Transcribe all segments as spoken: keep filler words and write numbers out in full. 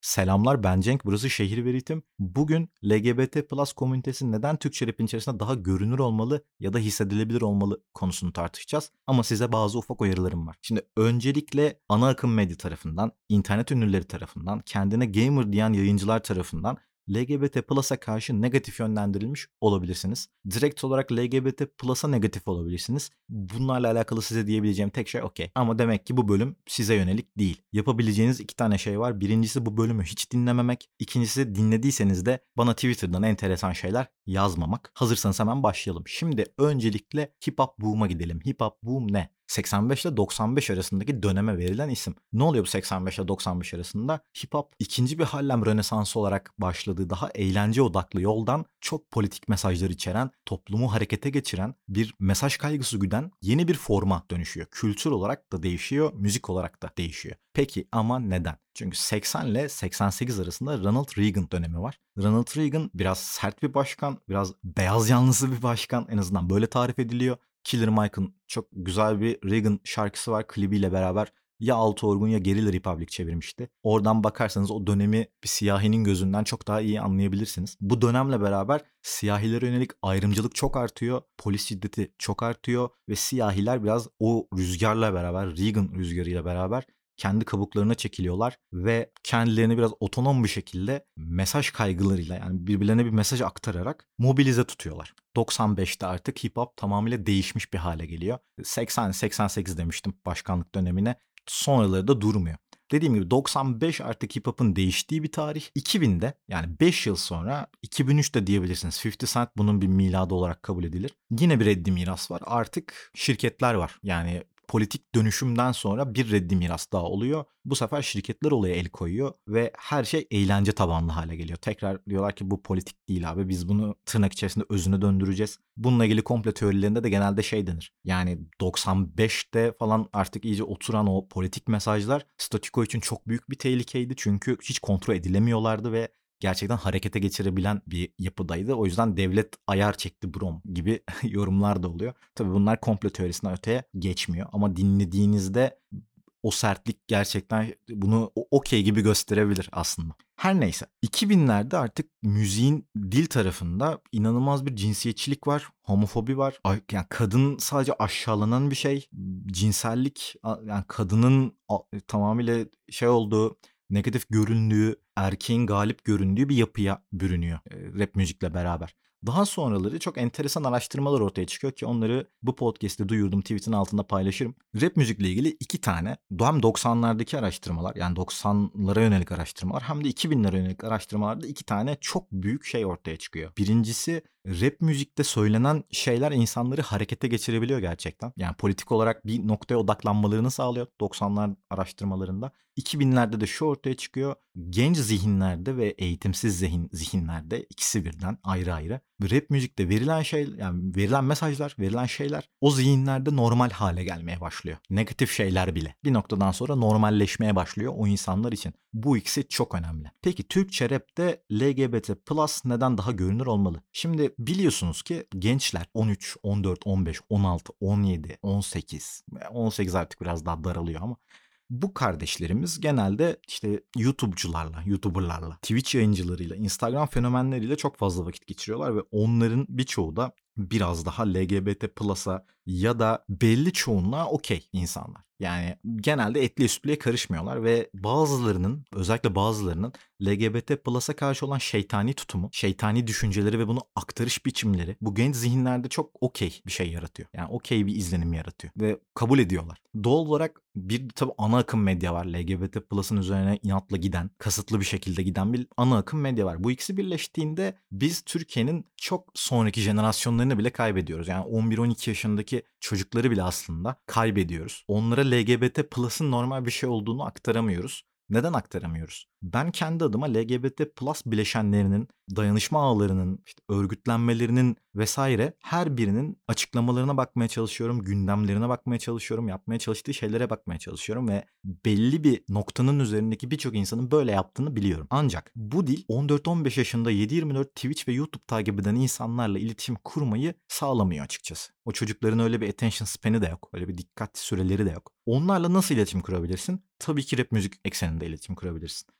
Selamlar, ben Cenk, burası Şehir ve Ritim. Bugün L G B T plus komünitesi neden Türkçe rap'in içerisinde daha görünür olmalı ya da hissedilebilir olmalı konusunu tartışacağız. Ama size bazı ufak uyarılarım var. Şimdi öncelikle ana akım medya tarafından, internet ünlüleri tarafından, kendine gamer diyen yayıncılar tarafından L G B T plus'a karşı negatif yönlendirilmiş olabilirsiniz. Direkt olarak L G B T plus'a negatif olabilirsiniz. Bunlarla alakalı size diyebileceğim tek şey okey. Ama demek ki bu bölüm size yönelik değil. Yapabileceğiniz iki tane şey var. Birincisi bu bölümü hiç dinlememek. İkincisi dinlediyseniz de bana Twitter'dan enteresan şeyler yazmamak. Hazırsanız hemen başlayalım. Şimdi öncelikle Hip Hop Boom'a gidelim. Hip Hop Boom ne? seksen beş ile doksan beş arasındaki döneme verilen isim. Ne oluyor bu seksen beş ile doksan beş arasında? Hip hop ikinci bir Harlem Rönesansı olarak başladığı daha eğlence odaklı yoldan çok politik mesajlar içeren, toplumu harekete geçiren, bir mesaj kaygısı güden yeni bir forma dönüşüyor. Kültür olarak da değişiyor, müzik olarak da değişiyor. Peki ama neden? Çünkü seksen ile seksen sekiz arasında Ronald Reagan dönemi var. Ronald Reagan biraz sert bir başkan, biraz beyaz yanlısı bir başkan, en azından böyle tarif ediliyor. Killer Mike'ın çok güzel bir Reagan şarkısı var klibiyle beraber. Ya Altı Orgun ya Guerrilla Republic çevirmişti. Oradan bakarsanız o dönemi bir siyahinin gözünden çok daha iyi anlayabilirsiniz. Bu dönemle beraber siyahilere yönelik ayrımcılık çok artıyor. Polis şiddeti çok artıyor ve siyahiler biraz o rüzgarla beraber, Reagan rüzgarıyla beraber kendi kabuklarına çekiliyorlar ve kendilerini biraz otonom bir şekilde mesaj kaygılarıyla, yani birbirlerine bir mesaj aktararak mobilize tutuyorlar. doksan beşte artık hip hop tamamıyla değişmiş bir hale geliyor. seksen seksen sekiz demiştim başkanlık dönemine. Sonraları da durmuyor. Dediğim gibi doksan beş artık hip hop'un değiştiği bir tarih. iki binde, yani beş yıl sonra, iki bin üçte diyebilirsiniz. elli Cent bunun bir miladı olarak kabul edilir. Yine bir reddi miras var. Artık şirketler var. Yani politik dönüşümden sonra bir reddi miras daha oluyor. Bu sefer şirketler olaya el koyuyor ve her şey eğlence tabanlı hale geliyor. Tekrar diyorlar ki bu politik değil abi, biz bunu tırnak içerisinde özüne döndüreceğiz. Bununla ilgili komplo teorilerinde de genelde şey denir. Yani doksan beşte falan artık iyice oturan o politik mesajlar statüko için çok büyük bir tehlikeydi. Çünkü hiç kontrol edilemiyorlardı ve gerçekten harekete geçirebilen bir yapıdaydı. O yüzden devlet ayar çekti brom gibi yorumlar da oluyor. Tabii bunlar komplo teorisinden öteye geçmiyor. Ama dinlediğinizde o sertlik gerçekten bunu okey gibi gösterebilir aslında. Her neyse, iki binlerde artık müziğin dil tarafında inanılmaz bir cinsiyetçilik var, homofobi var. Yani kadın sadece aşağılanan bir şey, cinsellik, yani kadının tamamıyla şey olduğu, negatif göründüğü, erkeğin galip göründüğü bir yapıya bürünüyor rap müzikle beraber. Daha sonraları çok enteresan araştırmalar ortaya çıkıyor ki onları bu podcast'te duyurdum, tweet'in altında paylaşırım. Rap müzikle ilgili iki tane, hem doksanlardaki araştırmalar, yani doksanlara yönelik araştırmalar, hem de iki binlere yönelik araştırmalarda iki tane çok büyük şey ortaya çıkıyor. Birincisi, rap müzikte söylenen şeyler insanları harekete geçirebiliyor gerçekten. Yani politik olarak bir noktaya odaklanmalarını sağlıyor doksanlar araştırmalarında. iki binlerde de şu ortaya çıkıyor. Genç zihinlerde ve eğitimsiz zihin, zihinlerde, ikisi birden ayrı ayrı, rap müzikte verilen şey, yani verilen mesajlar, verilen şeyler o zihinlerde normal hale gelmeye başlıyor. Negatif şeyler bile bir noktadan sonra normalleşmeye başlıyor o insanlar için. Bu ikisi çok önemli. Peki Türkçe rapte L G B T plus neden daha görünür olmalı? Şimdi biliyorsunuz ki gençler on üç, on dört, on beş, on altı, on yedi, on sekiz, on sekiz artık biraz daha daralıyor ama bu kardeşlerimiz genelde işte YouTube'cularla, YouTuber'larla, Twitch yayıncılarıyla, Instagram fenomenleriyle çok fazla vakit geçiriyorlar ve onların birçoğu da biraz daha L G B T plus'a ya da belli çoğunluğa okey insanlar. Yani genelde etliye sütlüye karışmıyorlar ve bazılarının, özellikle bazılarının L G B T plus'a karşı olan şeytani tutumu, şeytani düşünceleri ve bunu aktarış biçimleri bu genç zihinlerde çok okey bir şey yaratıyor. Yani okey bir izlenim yaratıyor ve kabul ediyorlar. Doğal olarak bir tabii ana akım medya var. L G B T plus'ın üzerine inatla giden, kasıtlı bir şekilde giden bir ana akım medya var. Bu ikisi birleştiğinde biz Türkiye'nin çok sonraki jenerasyonlarını bile kaybediyoruz. Yani on bir on iki yaşındaki çocukları bile aslında kaybediyoruz. Onlara L G B T plus'ın normal bir şey olduğunu aktaramıyoruz. Neden aktaramıyoruz? Ben kendi adıma L G B T plus bileşenlerinin, dayanışma ağlarının, işte örgütlenmelerinin vesaire her birinin açıklamalarına bakmaya çalışıyorum, gündemlerine bakmaya çalışıyorum, yapmaya çalıştığı şeylere bakmaya çalışıyorum ve belli bir noktanın üzerindeki birçok insanın böyle yaptığını biliyorum. Ancak bu dil on dört on beş yaşında yedi yirmi dört Twitch ve YouTube takip eden insanlarla iletişim kurmayı sağlamıyor açıkçası. O çocukların öyle bir attention span'i de yok. Öyle bir dikkat süreleri de yok. Onlarla nasıl iletişim kurabilirsin? Tabii ki rap müzik ekseninde iletişim kurabilirsin.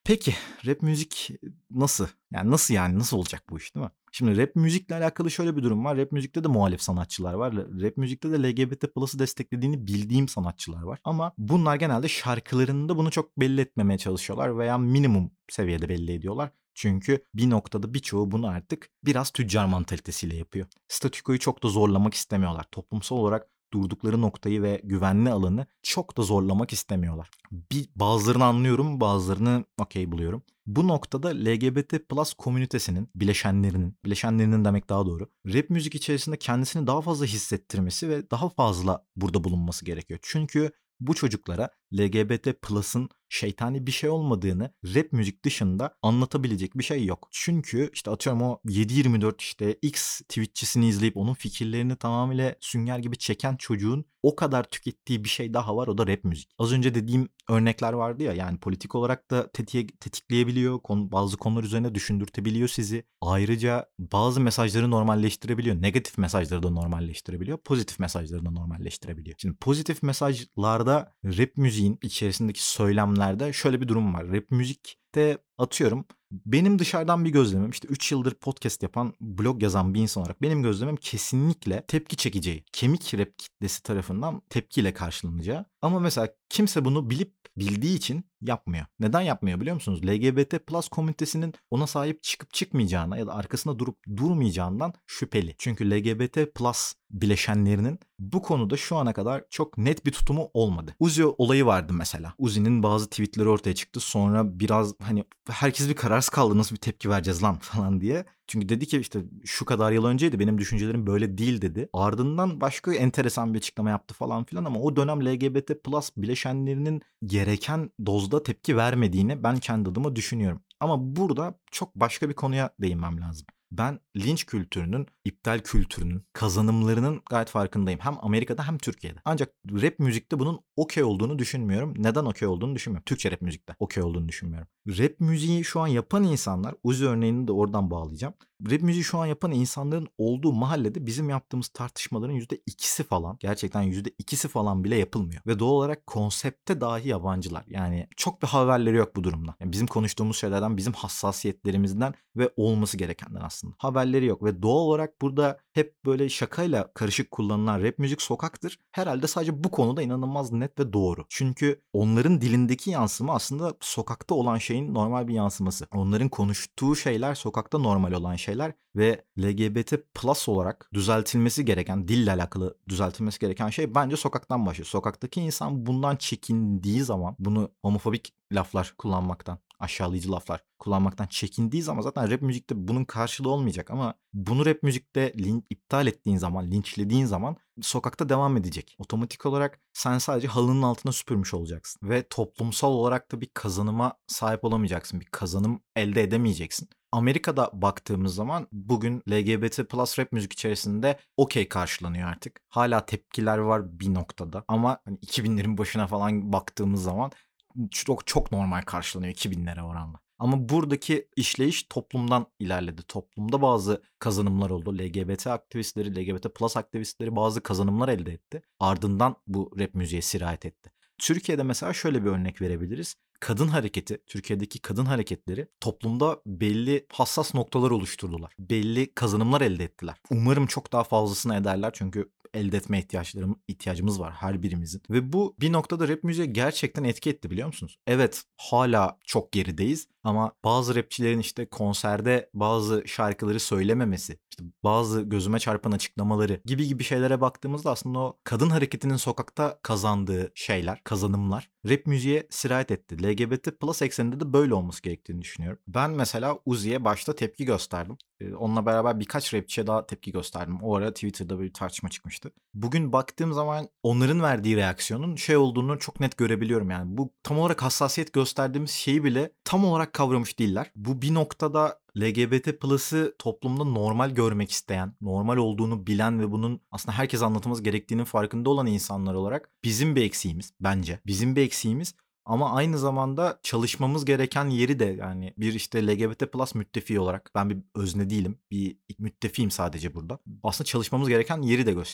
Peki, rap müzik nasıl? Yani nasıl yani? Nasıl olacak bu iş, değil mi? Şimdi rap müzikle alakalı şöyle bir durum var. Rap müzikte de muhalif sanatçılar var. Rap müzikte de L G B T plus'ı desteklediğini bildiğim sanatçılar var. Ama bunlar genelde şarkılarında bunu çok belli etmemeye çalışıyorlar veya minimum seviyede belli ediyorlar. Çünkü bir noktada birçoğu bunu artık biraz tüccar mantalitesiyle yapıyor. Statükoyu çok da zorlamak istemiyorlar. Toplumsal olarak durdukları noktayı ve güvenli alanı çok da zorlamak istemiyorlar. Bir, bazılarını anlıyorum, bazılarını okey buluyorum. Bu noktada L G B T plus komünitesinin, bileşenlerinin, bileşenlerinin demek daha doğru, rap müzik içerisinde kendisini daha fazla hissettirmesi ve daha fazla burada bulunması gerekiyor. Çünkü bu çocuklara L G B T plus'ın şeytani bir şey olmadığını rap müzik dışında anlatabilecek bir şey yok. Çünkü işte atıyorum o yedi yirmi dört işte X Twitch'çisini izleyip onun fikirlerini tamamıyla sünger gibi çeken çocuğun o kadar tükettiği bir şey daha var, o da rap müzik. Az önce dediğim örnekler vardı ya, yani politik olarak da tetiğe, tetikleyebiliyor, konu, bazı konular üzerine düşündürtebiliyor sizi. Ayrıca bazı mesajları normalleştirebiliyor. Negatif mesajları da normalleştirebiliyor. Pozitif mesajları da normalleştirebiliyor. Şimdi pozitif mesajlarda rap müziğin içerisindeki söylemlerde şöyle bir durum var. Rap müzikte atıyorum benim dışarıdan bir gözlemim, işte üç yıldır podcast yapan, blog yazan bir insan olarak benim gözlemim kesinlikle tepki çekeceği, kemik rap kitlesi tarafından tepkiyle karşılanacağı. Ama mesela kimse bunu bilip bildiği için yapmıyor. Neden yapmıyor biliyor musunuz? L G B T plus komünitesinin ona sahip çıkıp çıkmayacağına ya da arkasında durup durmayacağından şüpheli. Çünkü L G B T plus bileşenlerinin bu konuda şu ana kadar çok net bir tutumu olmadı. Uzi olayı vardı mesela. Uzi'nin bazı tweetleri ortaya çıktı. Sonra biraz hani herkes bir kararsız kaldı, nasıl bir tepki vereceğiz lan falan diye. Çünkü dedi ki işte şu kadar yıl önceydi, benim düşüncelerim böyle değil dedi. Ardından başka enteresan bir açıklama yaptı falan filan ama o dönem L G B T plus bileşenlerinin gereken dozda tepki vermediğini ben kendi adıma düşünüyorum. Ama burada çok başka bir konuya değinmem lazım. Ben linç kültürünün, iptal kültürünün, kazanımlarının gayet farkındayım. Hem Amerika'da hem Türkiye'de. Ancak rap müzikte bunun okey olduğunu düşünmüyorum. Neden okey olduğunu düşünmüyorum. Türkçe rap müzikte okey olduğunu düşünmüyorum. Rap müziği şu an yapan insanlar, Uzi örneğini de oradan bağlayacağım. Rap müziği şu an yapan insanların olduğu mahallede bizim yaptığımız tartışmaların yüzde ikisi falan, gerçekten yüzde ikisi falan bile yapılmıyor. Ve doğal olarak konsepte dahi yabancılar. Yani çok bir haberleri yok bu durumda. Yani bizim konuştuğumuz şeylerden, bizim hassasiyetlerimizden ve olması gerekenden aslında. Haberleri yok ve doğal olarak burada hep böyle şakayla karışık kullanılan rap müzik sokaktır. Herhalde sadece bu konuda inanılmaz net ve doğru. Çünkü onların dilindeki yansıma aslında sokakta olan şeyin normal bir yansıması. Onların konuştuğu şeyler sokakta normal olan şeyler ve L G B T plus olarak düzeltilmesi gereken, dille alakalı düzeltilmesi gereken şey bence sokaktan başlıyor. Sokaktaki insan bundan çekindiği zaman, bunu homofobik laflar kullanmaktan, aşağılayıcı laflar kullanmaktan çekindiği zaman zaten rap müzikte bunun karşılığı olmayacak ama bunu rap müzikte lin, iptal ettiğin zaman, linçlediğin zaman sokakta devam edecek. Otomatik olarak sen sadece halının altına süpürmüş olacaksın ve toplumsal olarak da bir kazanıma sahip olamayacaksın. Bir kazanım elde edemeyeceksin. Amerika'da baktığımız zaman bugün L G B T plus rap müzik içerisinde okey karşılanıyor artık. Hala tepkiler var bir noktada ama hani iki binlerin başına falan baktığımız zaman çok çok normal karşılanıyor iki binlere oranla. Ama buradaki işleyiş toplumdan ilerledi. Toplumda bazı kazanımlar oldu. L G B T aktivistleri, L G B T plus aktivistleri bazı kazanımlar elde etti. Ardından bu rap müziğe sirayet etti. Türkiye'de mesela şöyle bir örnek verebiliriz. Kadın hareketi, Türkiye'deki kadın hareketleri toplumda belli hassas noktalar oluşturdular. Belli kazanımlar elde ettiler. Umarım çok daha fazlasını ederler çünkü elde etme ihtiyaçlarım, ihtiyacımız var her birimizin. Ve bu bir noktada rap müziğe gerçekten etki etti biliyor musunuz? Evet, hala çok gerideyiz ama bazı rapçilerin işte konserde bazı şarkıları söylememesi, işte bazı gözüme çarpan açıklamaları gibi gibi şeylere baktığımızda aslında o kadın hareketinin sokakta kazandığı şeyler, kazanımlar rap müziğe sirayet etti. L G B T plus ekseninde de böyle olması gerektiğini düşünüyorum. Ben mesela Uzi'ye başta tepki gösterdim. Onunla beraber birkaç rapçiye daha tepki gösterdim. O ara Twitter'da bir tartışma çıkmıştı. Bugün baktığım zaman onların verdiği reaksiyonun şey olduğunu çok net görebiliyorum yani. Bu tam olarak hassasiyet gösterdiğimiz şeyi bile tam olarak kavramış değiller. Bu bir noktada L G B T plus'ı toplumda normal görmek isteyen, normal olduğunu bilen ve bunun aslında herkese anlatılması gerektiğinin farkında olan insanlar olarak bizim bir eksiğimiz bence. Bizim bir eksiğimiz. Ama aynı zamanda çalışmamız gereken yeri de, yani bir işte L G B T plus müttefiği olarak, ben bir özne değilim, bir müttefiyim sadece burada. Aslında çalışmamız gereken yeri de gösteriyor.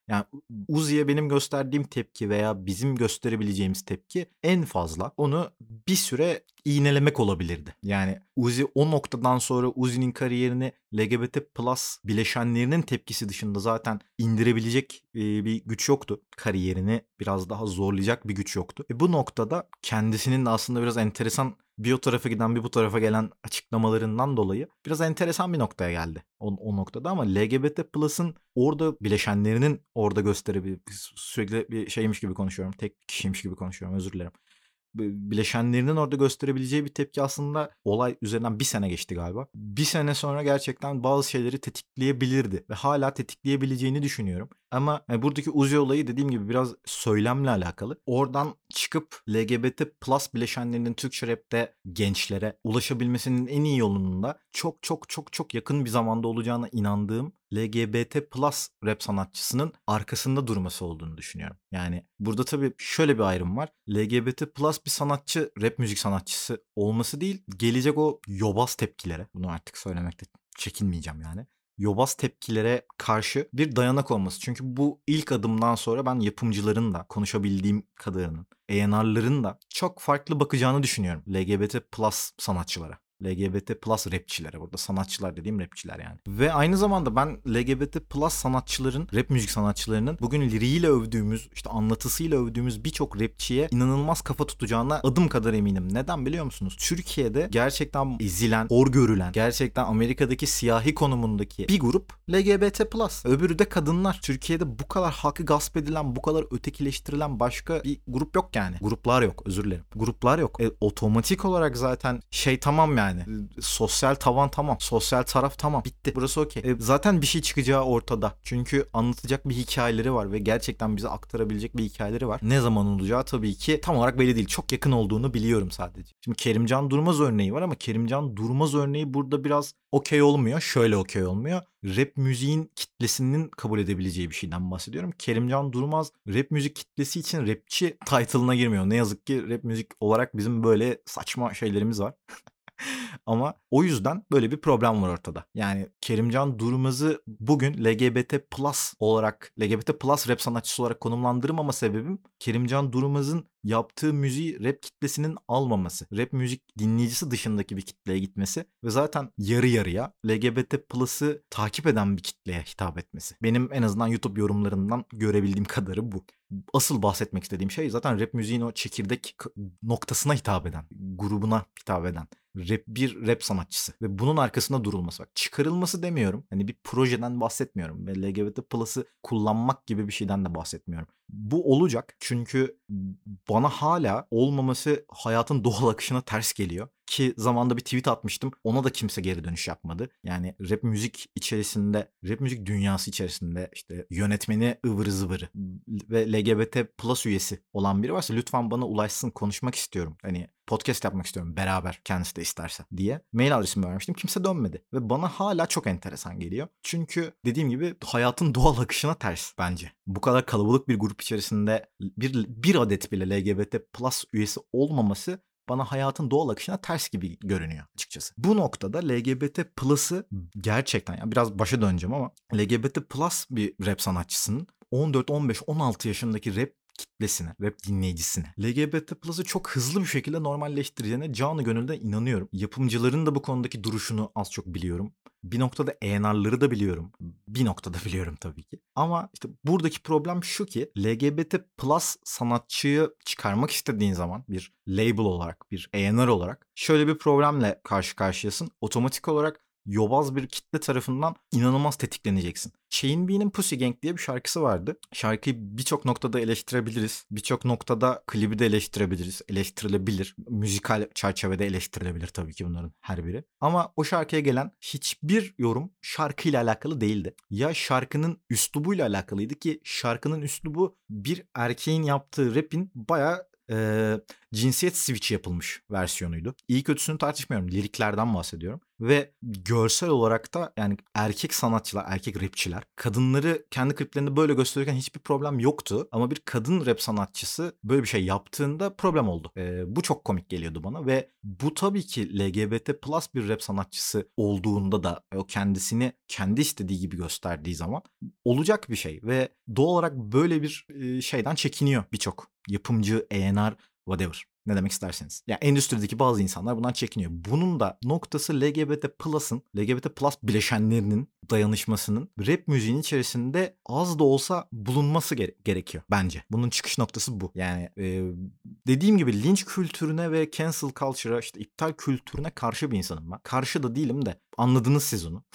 Yani Uzi'ye benim gösterdiğim tepki veya bizim gösterebileceğimiz tepki en fazla onu bir süre iğnelemek olabilirdi. Yani Uzi o noktadan sonra Uzi'nin kariyerini L G B T plus bileşenlerinin tepkisi dışında zaten indirebilecek e, bir güç yoktu. Kariyerini biraz daha zorlayacak bir güç yoktu. E bu noktada kendisinin de aslında biraz enteresan bir o tarafa giden bir bu tarafa gelen açıklamalarından dolayı biraz enteresan bir noktaya geldi o, o noktada, ama L G B T Plus'ın orada bileşenlerinin orada gösterebilir, sürekli bir şeymiş gibi konuşuyorum, tek kişiymiş gibi konuşuyorum, özür dilerim. Bileşenlerinin orada gösterebileceği bir tepki aslında olay üzerinden bir sene geçti galiba. Bir sene sonra gerçekten bazı şeyleri tetikleyebilirdi ve hala tetikleyebileceğini düşünüyorum. Ama yani buradaki Uzi olayı dediğim gibi biraz söylemle alakalı. Oradan çıkıp L G B T plus bileşenlerinin Türkçe rapte gençlere ulaşabilmesinin en iyi yolunun da çok çok çok çok yakın bir zamanda olacağına inandığım L G B T plus rap sanatçısının arkasında durması olduğunu düşünüyorum. Yani burada tabii şöyle bir ayrım var. L G B T plus bir sanatçı, rap müzik sanatçısı olması değil, gelecek o yobaz tepkilere, bunu artık söylemekte çekinmeyeceğim yani, yobaz tepkilere karşı bir dayanak olması. Çünkü bu ilk adımdan sonra ben yapımcıların da, konuşabildiğim kadarının, A and R'ların da çok farklı bakacağını düşünüyorum L G B T plus sanatçılara. L G B T plus rapçilere, burada sanatçılar dediğim rapçiler yani. Ve aynı zamanda ben L G B T plus sanatçıların, rap müzik sanatçılarının bugün liriğiyle övdüğümüz, işte anlatısıyla övdüğümüz birçok rapçiye inanılmaz kafa tutacağına adım kadar eminim. Neden biliyor musunuz? Türkiye'de gerçekten ezilen, hor görülen, gerçekten Amerika'daki siyahi konumundaki bir grup L G B T plus. Öbürü de kadınlar. Türkiye'de bu kadar hakkı gasp edilen, bu kadar ötekileştirilen başka bir grup yok yani. Gruplar yok, özür dilerim. Gruplar yok. E, otomatik olarak zaten şey tamam yani. Yani sosyal tavan tamam. Sosyal taraf tamam. Bitti. Burası okey. E, zaten bir şey çıkacağı ortada. Çünkü anlatacak bir hikayeleri var ve gerçekten bize aktarabilecek bir hikayeleri var. Ne zaman olacağı tabii ki tam olarak belli değil. Çok yakın olduğunu biliyorum sadece. Şimdi Kerimcan Durmaz örneği var ama Kerimcan Durmaz örneği burada biraz okey olmuyor. Şöyle okey olmuyor. Rap müziğin kitlesinin kabul edebileceği bir şeyden bahsediyorum. Kerimcan Durmaz rap müzik kitlesi için rapçi title'ına girmiyor. Ne yazık ki rap müzik olarak bizim böyle saçma şeylerimiz var. Ama o yüzden böyle bir problem var ortada. Yani Kerimcan Durmaz'ı bugün L G B T plus olarak, L G B T plus rap sanatçısı olarak konumlandırmama sebebim Kerimcan Durmaz'ın yaptığı müziği rap kitlesinin almaması. Rap müzik dinleyicisi dışındaki bir kitleye gitmesi ve zaten yarı yarıya L G B T plus'ı takip eden bir kitleye hitap etmesi. Benim en azından YouTube yorumlarından görebildiğim kadarı bu. Asıl bahsetmek istediğim şey zaten rap müziğin o çekirdek noktasına hitap eden, grubuna hitap eden rap, bir rap sanatçısı ve bunun arkasında durulması. Bak, çıkarılması demiyorum. Hani bir projeden bahsetmiyorum ve L G B T plus'ı kullanmak gibi bir şeyden de bahsetmiyorum. Bu olacak çünkü bana hala olmaması hayatın doğal akışına ters geliyor. Ki zamanda bir tweet atmıştım. Ona da kimse geri dönüş yapmadı. Yani rap müzik içerisinde, rap müzik dünyası içerisinde işte yönetmeni ıvırı zıvırı ve L G B T plus üyesi olan biri varsa lütfen bana ulaşsın, konuşmak istiyorum. Hani podcast yapmak istiyorum beraber, kendisi de isterse diye. Mail adresimi vermiştim. Kimse dönmedi. Ve bana hala çok enteresan geliyor. Çünkü dediğim gibi hayatın doğal akışına ters bence. Bu kadar kalabalık bir grup içerisinde bir, bir adet bile L G B T plus üyesi olmaması bana hayatın doğal akışına ters gibi görünüyor açıkçası. Bu noktada L G B T plus'ı gerçekten, yani biraz başa döneceğim ama L G B T plus bir rap sanatçısının on dört on beş on altı yaşındaki rap kitlesine, rap dinleyicisine L G B T plus'ı çok hızlı bir şekilde normalleştireceğine canı gönülden inanıyorum. Yapımcıların da bu konudaki duruşunu az çok biliyorum. Bir noktada A and R'ları da biliyorum. Bir noktada biliyorum tabii ki. Ama işte buradaki problem şu ki L G B T plus sanatçıyı çıkarmak istediğin zaman bir label olarak, bir A and R olarak şöyle bir problemle karşı karşıyasın. Otomatik olarak yobaz bir kitle tarafından inanılmaz tetikleneceksin. Shane B'nin Pussy Gang diye bir şarkısı vardı. Şarkıyı birçok noktada eleştirebiliriz. Birçok noktada klibi de eleştirebiliriz. Eleştirilebilir. Müzikal çerçevede eleştirilebilir tabii ki bunların her biri. Ama o şarkıya gelen hiçbir yorum şarkıyla alakalı değildi. Ya şarkının üslubuyla alakalıydı ki şarkının üslubu bir erkeğin yaptığı rapin bayağı Ee, cinsiyet switch'i yapılmış versiyonuydu. İyi kötüsünü tartışmıyorum. Liriklerden bahsediyorum. Ve görsel olarak da yani erkek sanatçılar, erkek rapçiler kadınları kendi kliplerinde böyle gösterirken hiçbir problem yoktu. Ama bir kadın rap sanatçısı böyle bir şey yaptığında problem oldu. Ee, bu çok komik geliyordu bana ve bu tabii ki L G B T plus bir rap sanatçısı olduğunda da o kendisini kendi istediği gibi gösterdiği zaman olacak bir şey ve doğal olarak böyle bir e, şeyden çekiniyor birçok yapımcı, A and R, whatever. Ne demek isterseniz. Yani endüstrideki bazı insanlar bundan çekiniyor. Bunun da noktası L G B T plus'ın, L G B T plus bileşenlerinin dayanışmasının rap müziğin içerisinde az da olsa bulunması gere- gerekiyor bence. Bunun çıkış noktası bu. Yani e, dediğim gibi linç kültürüne ve cancel culture'a, işte iptal kültürüne karşı bir insanım ben. Karşı da değilim de anladınız siz onu.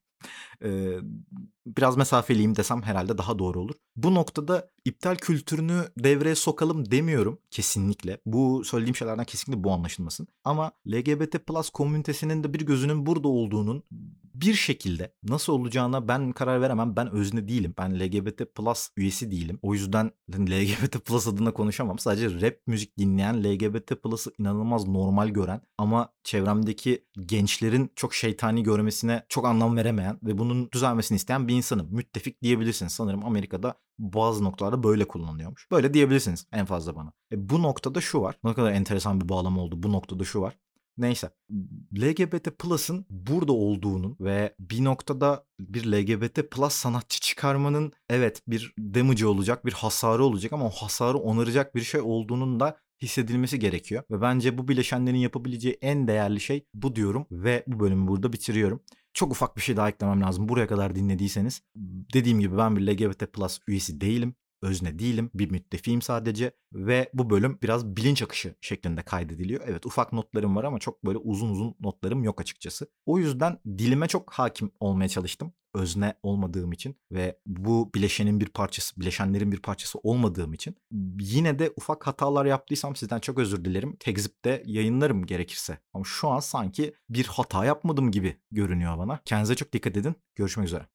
Eee, biraz mesafeliyim desem herhalde daha doğru olur. Bu noktada iptal kültürünü devreye sokalım demiyorum kesinlikle. Bu söylediğim şeylerden kesinlikle bu anlaşılmasın. Ama L G B T plus komünitesinin de bir gözünün burada olduğunun bir şekilde nasıl olacağına ben karar veremem. Ben özne değilim. Ben L G B T plus üyesi değilim. O yüzden L G B T plus adına konuşamam. Sadece rap müzik dinleyen, L G B T plus'ı inanılmaz normal gören ama çevremdeki gençlerin çok şeytani görmesine çok anlam veremeyen ve bunun düzelmesini isteyen bir insanım. Müttefik diyebilirsiniz. Sanırım Amerika'da bazı noktalarda böyle kullanılıyormuş. Böyle diyebilirsiniz en fazla bana. E bu noktada şu var. Ne kadar enteresan bir bağlama oldu. Bu noktada şu var. Neyse. L G B T Plus'ın burada olduğunun ve bir noktada bir L G B T Plus sanatçı çıkarmanın evet bir damage'ı olacak, bir hasarı olacak ama o hasarı onaracak bir şey olduğunun da hissedilmesi gerekiyor. Ve bence bu bileşenlerin yapabileceği en değerli şey bu diyorum ve bu bölümü burada bitiriyorum. Çok ufak bir şey daha eklemem lazım. Buraya kadar dinlediyseniz. Dediğim gibi ben bir L G B T Plus üyesi değilim. Özne değilim. Bir müttefiyim sadece. Ve bu bölüm biraz bilinç akışı şeklinde kaydediliyor. Evet ufak notlarım var ama çok böyle uzun uzun notlarım yok açıkçası. O yüzden dilime çok hakim olmaya çalıştım. Özne olmadığım için ve bu bileşenin bir parçası, bileşenlerin bir parçası olmadığım için yine de ufak hatalar yaptıysam sizden çok özür dilerim. Tekzip'te yayınlarım gerekirse. Ama şu an sanki bir hata yapmadım gibi görünüyor bana. Kendinize çok dikkat edin. Görüşmek üzere.